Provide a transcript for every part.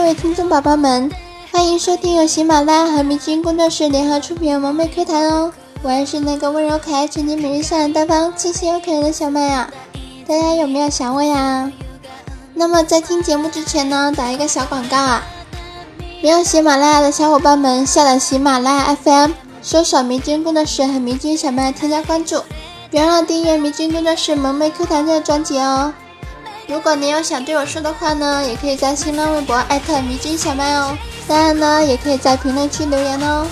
位听众宝宝们，欢迎收听由喜马拉雅和迷君工作室联合出品的萌妹 Q 弹哦。我还是那个温柔可爱、纯洁美丽、善良大方、清新又可人的小麦呀，大家有没有想我呀？那么在听节目之前呢，打一个小广告啊。没有喜马拉雅的小伙伴们，下载喜马拉雅 FM， 搜索迷君工作室和迷君小麦添加关注，别忘了订阅迷君工作室萌妹 Q 弹这个专辑哦。如果你有想对我说的话呢，也可以在新浪微博迷君小麦哦，当然呢也可以在评论区留言哦。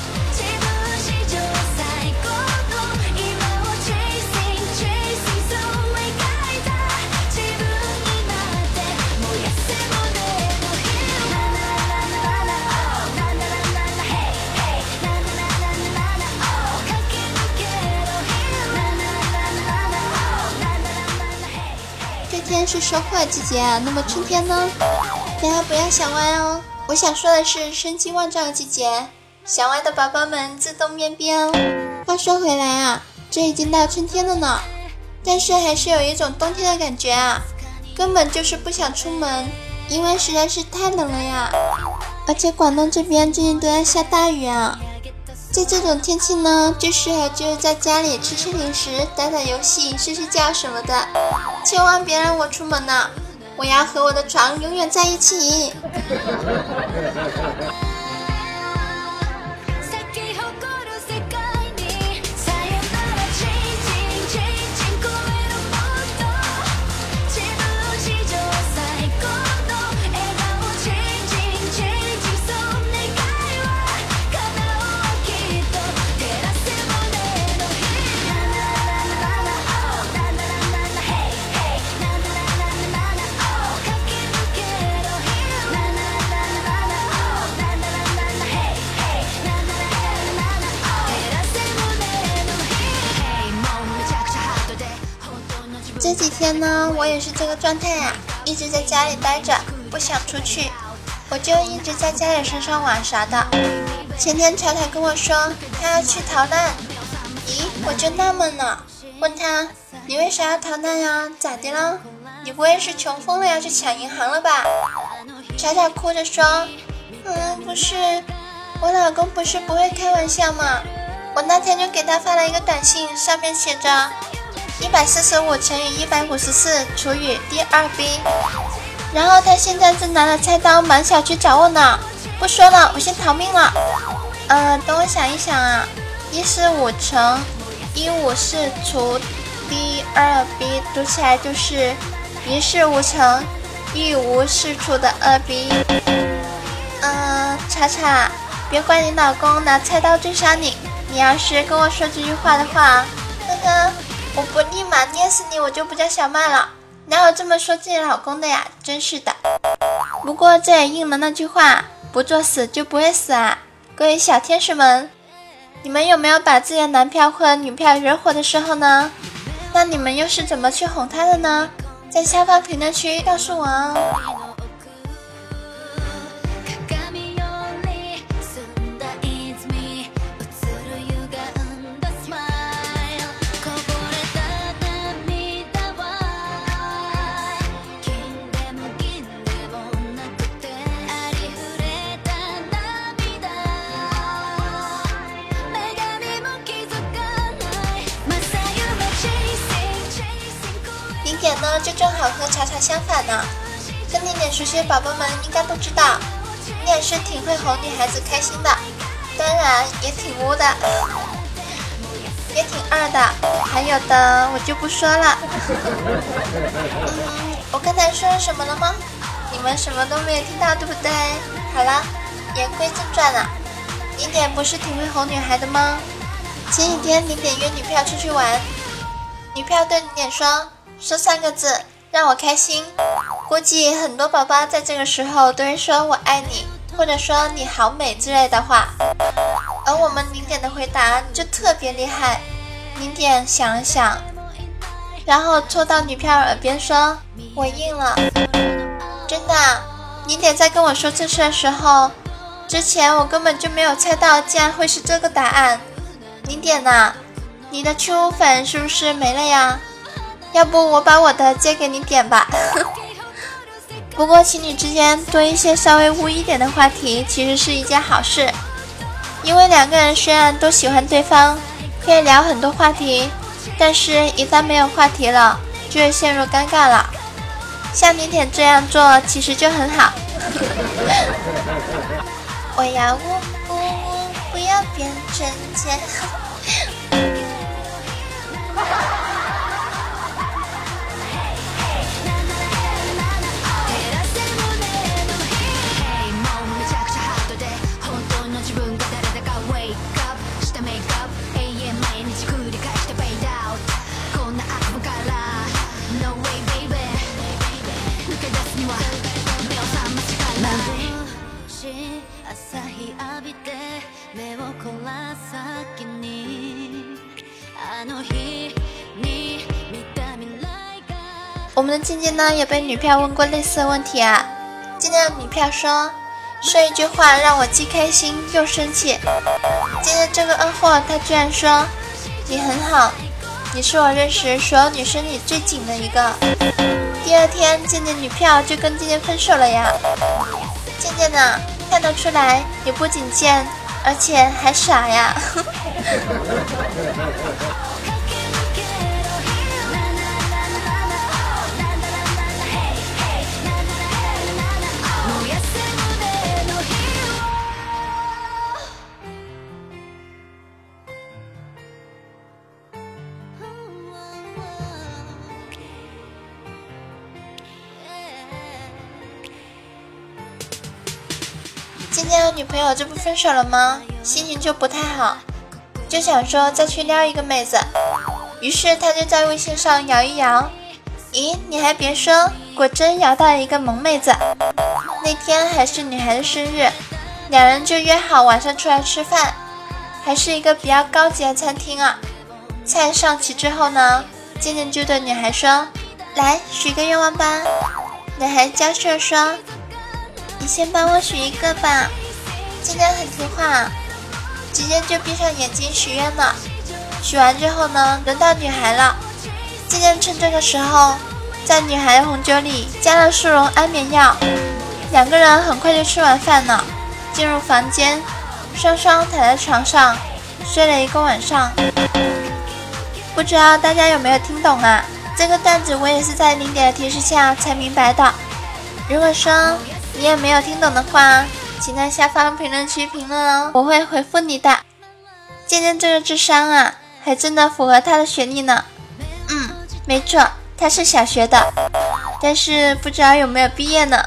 天是收获季节啊，那么春天呢？大家不要想歪哦。我想说的是生机万丈的季节，想歪的宝宝们自动面壁哦。话说回来啊，这已经到春天了呢，但是还是有一种冬天的感觉啊，根本就是不想出门，因为实在是太冷了呀。而且广东这边最近都在下大雨啊。在这种天气呢，最适合就是在家里吃吃零食、打打游戏、睡睡觉什么的，千万别让我出门呢，我要和我的床永远在一起。这几天呢，我也是这个状态啊，一直在家里待着，不想出去，我就一直在家里上上网啥的。前天乔乔跟我说他要去逃难，咦，我就纳闷了，问他你为啥要逃难呀？咋的了？你不会是穷疯了要去抢银行了吧？乔乔哭着说，不是，我老公不是不会开玩笑吗？我那天就给他发了一个短信，上面写着145乘以154除以第2 b， 然后他现在正拿着菜刀满小区找我呢。不说了，我先逃命了。等我想一想啊，145乘154除第2 b 读起来就是145乘154除的2 b。查查，别怪你老公拿菜刀追杀你，你要是跟我说这句话的话，我不立马捏死你，我就不叫小麦了。哪有这么说自己老公的呀？真是的。不过这也应了那句话，不作死就不会死啊。各位小天使们，你们有没有把自己的男票或者女票惹火的时候呢？那你们又是怎么去哄他的呢？在下方评论区告诉我哦。零点呢，就正好和查查相反呢。跟零点熟悉的宝宝们应该都知道，零点是挺会哄女孩子开心的，当然也挺污的，也挺二的，还有的我就不说了。我刚才说了什么了吗？你们什么都没有听到，对不对？好了，言归正传了。零点不是挺会哄女孩的吗？前几天零点约女票出去玩，女票对零点说3个字，让我开心。估计很多宝宝在这个时候都会说我爱你，或者说你好美之类的话。而我们零点的回答就特别厉害。零点想了想，然后凑到女票耳边说我应了。真的，零点在跟我说这事的时候，之前我根本就没有猜到竟然会是这个答案。零点啊，你的去污粉是不是没了呀？要不我把我的借给你点吧。 不过情侣之间多一些稍微污一点的话题，其实是一件好事，因为两个人虽然都喜欢对方，可以聊很多话题，但是一旦没有话题了，就会陷入尴尬了。像你点这样做其实就很好。我要不要变成姐。我们的静静呢也被女票问过类似的问题啊。今天的女票说一句话让我既开心又生气。今天这个二货他居然说你很好，你是我认识所有女生里最紧的一个。第二天静静女票就跟静静分手了呀。静静呢看得出来你不仅贱而且还傻呀。今天的女朋友这不分手了吗？心情就不太好，就想说再去撩一个妹子，于是他就在微信上摇一摇，咦，你还别说，果真摇到了一个萌妹子。那天还是女孩的生日，两人就约好晚上出来吃饭，还是一个比较高级的餐厅啊。菜上齐之后呢，静静就对女孩说，来许个愿望吧。女孩娇羞地说，你先帮我许一个吧。今天很听话，直接就闭上眼睛许愿了。许完之后呢，轮到女孩了。今天趁这个时候，在女孩的红酒里加了速溶安眠药。两个人很快就吃完饭了，进入房间，双双躺在床上睡了一个晚上。不知道大家有没有听懂啊？这个段子我也是在零点的提示下才明白的。如果说你也没有听懂的话，请在下方评论区评论哦，我会回复你的。今天这个智商啊，还真的符合他的学历呢。没错，他是小学的，但是不知道有没有毕业呢。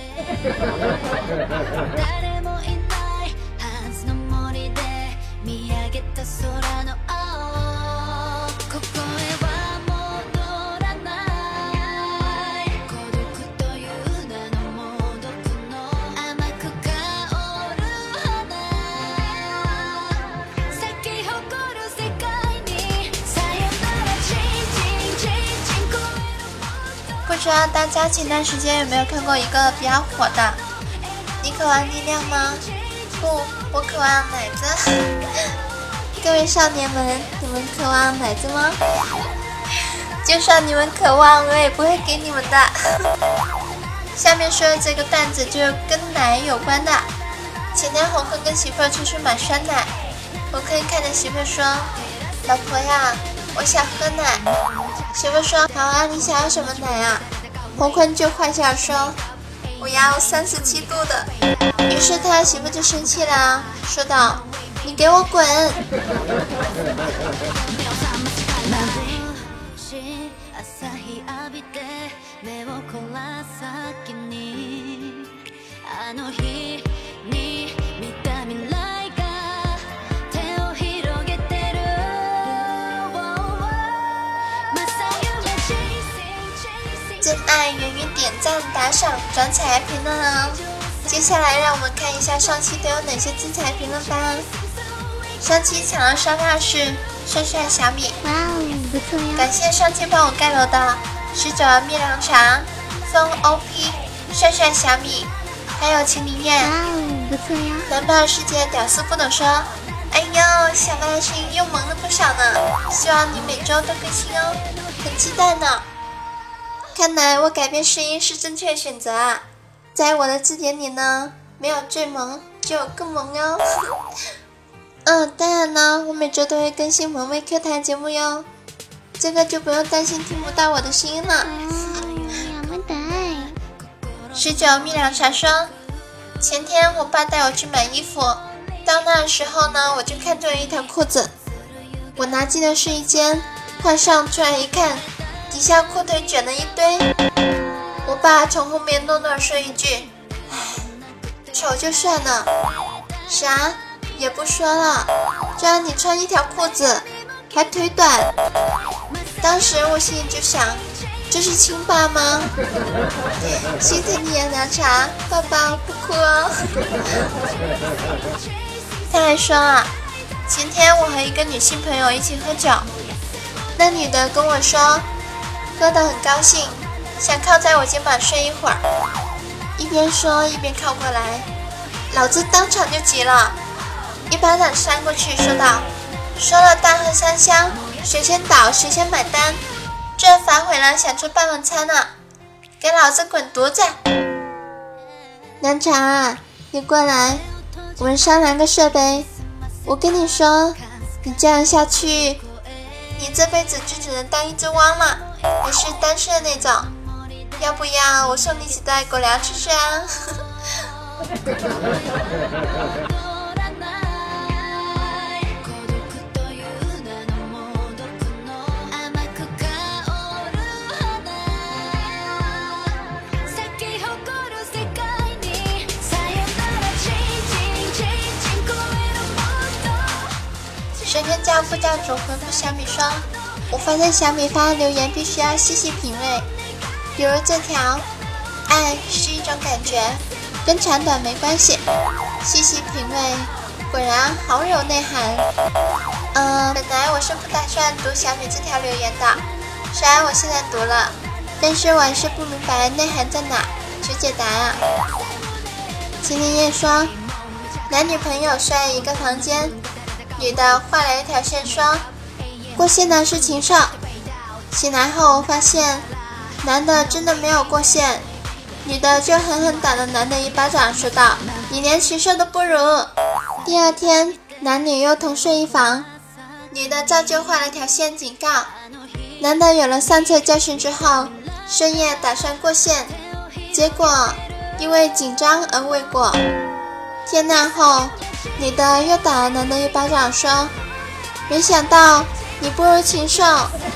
不知道大家前段时间有没有看过一个比较火的，你渴望力量吗？不，我渴望奶子。各位少年们，你们渴望奶子吗？就算你们渴望，我也不会给你们的。下面说的这个段子就是跟奶有关的。前天红坤跟媳妇儿出去买酸奶，红坤看着媳妇儿说，老婆呀，我想喝奶。媳妇说，好啊，你想要什么奶啊？红坤就坏笑说，我要37度的。于是他媳妇就生气了，说道，你给我滚。真爱源于点赞、打赏、转采评论哦。接下来让我们看一下上期都有哪些精彩评论吧。上期抢到烧腊是帅帅小米， 哇哦，不错呀！ 感谢上期帮我盖楼的使者蜜凉茶、风 OP、帅帅小米，还有秦明燕。 哇哦，不错呀！ 南半世界屌丝不懂说，哎呦，小白的声音又萌了不少呢，希望你每周都更新哦，很期待呢。 看来我改变声音是正确选择啊！在我的字典里呢，没有最萌，只有更萌哟。当然呢，我每周都会更新萌妹 Q 弹节目哟，这个就不用担心听不到我的声音了。19蜜凉茶说，前天我爸带我去买衣服，到那时候呢，我就看中了一条裤子，我拿进了试衣间，换上出来一看，底下裤腿卷了一堆。我爸从后面诺诺说一句：“唉，丑就算了，啥也不说了，就让你穿一条裤子，还腿短。”当时我心里就想，这是亲爸吗？心疼你呀，凉茶，爸爸不哭哦。他还说啊，前天我和一个女性朋友一起喝酒，那女的跟我说，喝得很高兴，想靠在我肩膀睡一会儿，一边说一边靠过来，老子当场就急了，一巴掌扇过去，说道：“说了大喝三箱，谁先倒谁先买单，这反悔了想出半晚餐呢，给老子滚犊子！”凉茶，你过来，我们商量个事呗。我跟你说，你这样下去，你这辈子就只能当一只汪了，还是单身的那种。要不要我送你几袋狗粮吃吃啊？神仙教副教主回复小米说，我发现小米发的留言必须要细细品味，比如这条，爱是一种感觉，跟长短没关系，细细品味，果然好有内涵。本来我是不打算读小米这条留言的，虽然我现在读了，但是我还是不明白内涵在哪，求解答啊。秦林叶说，男女朋友睡一个房间，女的画了一条线说，过线的是禽兽。醒来后发现男的真的没有过线，女的就狠狠打了男的一巴掌，说道：“你连禽兽都不如。”第二天，男女又同睡一房，女的照旧画了条线警告。男的有了上次教训之后，深夜打算过线，结果因为紧张而未过。天亮后，女的又打了男的一巴掌，说：“没想到你不如禽兽。”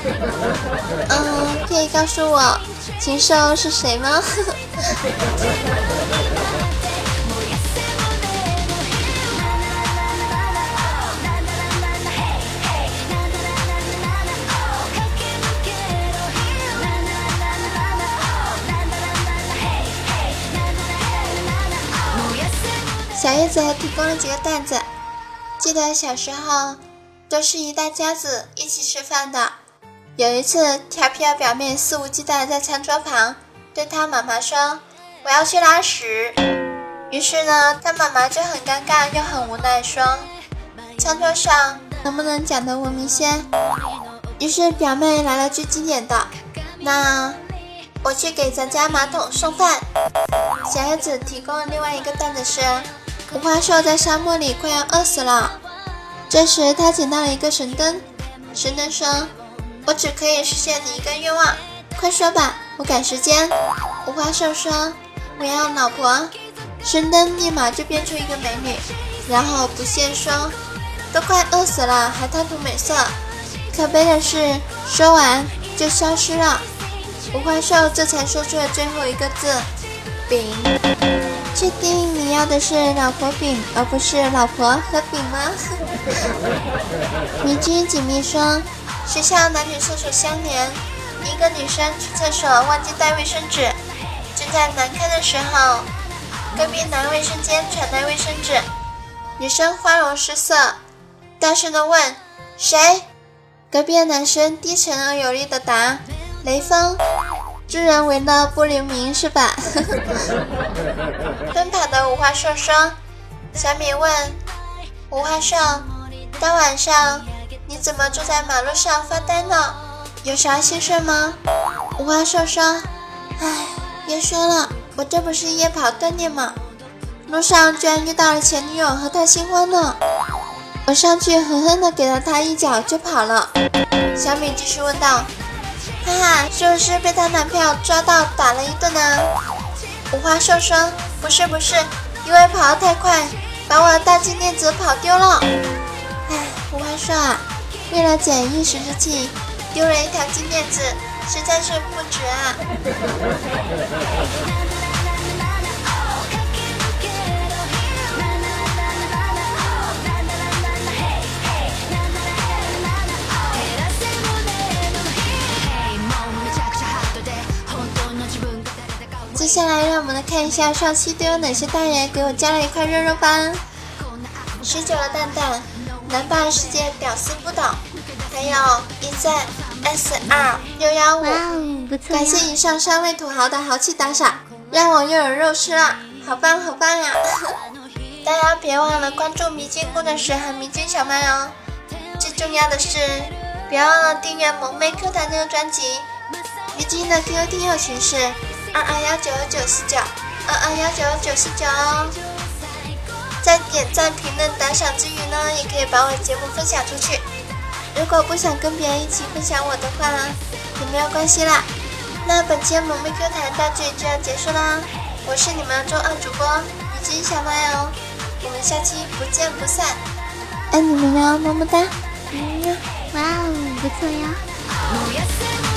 可以告诉我禽兽是谁吗？小叶子还提供了几个段子，记得小时候都是一大家子一起吃饭的。有一次，调皮的表妹肆无忌惮在餐桌旁对她妈妈说：“我要去拉屎。”于是呢，她妈妈就很尴尬又很无奈说：“餐桌上能不能讲得文明些？”于是表妹来了句经典的：“那我去给咱家马桶送饭。”小叶子提供了另外一个段子是：五花兽在沙漠里快要饿死了，这时他捡到了一个神灯，神灯说：“我只可以实现你一个愿望，快说吧，我赶时间。”五花兽说：“我要老婆。”神灯立马就变出一个美女，然后不屑说：“都快饿死了，还贪图美色。”可悲的是，说完就消失了。五花兽这才说出了最后一个字：饼。确定你要的是老婆饼，而不是老婆和饼吗？迷之锦觅说，学校男女厕所相连，一个女生去厕所忘记带卫生纸，正在难堪的时候，隔壁男卫生间传来卫生纸，女生花容失色，大声地问：“谁？”隔壁的男生低沉而有力地答：“雷锋。”助人为乐不留名是吧？奔跑的五花兽说，小米问五花兽，当晚上你怎么坐在马路上发呆呢？有啥心事吗？五花兽说， 唉，别说了，我这不是夜跑锻炼吗？路上居然遇到了前女友和他新欢呢。我上去狠狠地给了他一脚就跑了。小米继续问道：哈哈，是不是被她男朋友抓到打了一顿呢？无花瘦说：不是，因为跑得太快，把我的大金链子跑丢了。唉，无花说啊，为了减一时之气，丢了一条金链子，实在是不值啊。接下来让我们来看一下上期都有哪些大爷给我加了一块肉肉吧。19的蛋蛋，南霸世界屌丝不倒，还有EZSR615， 哇哦，不错呀！ 感谢以上3位土豪的豪气打赏，让我又有肉吃了，好棒呀！大家别忘了关注迷津工作室和迷津小麦哦。最重要的是，别忘了订阅萌妹 Q 弹这个专辑。迷津的 QQ 听友群是22199949，22199949哦。在点赞、评论、打赏之余呢，也可以把我的节目分享出去。如果不想跟别人一起分享我的话，也没有关系啦。那本期萌妹 Q 弹到这里就要结束啦，我是你们的周2主播迷津小麦哦，我们下期不见不散，爱你们哟，么么哒。 哇哦，不错呀！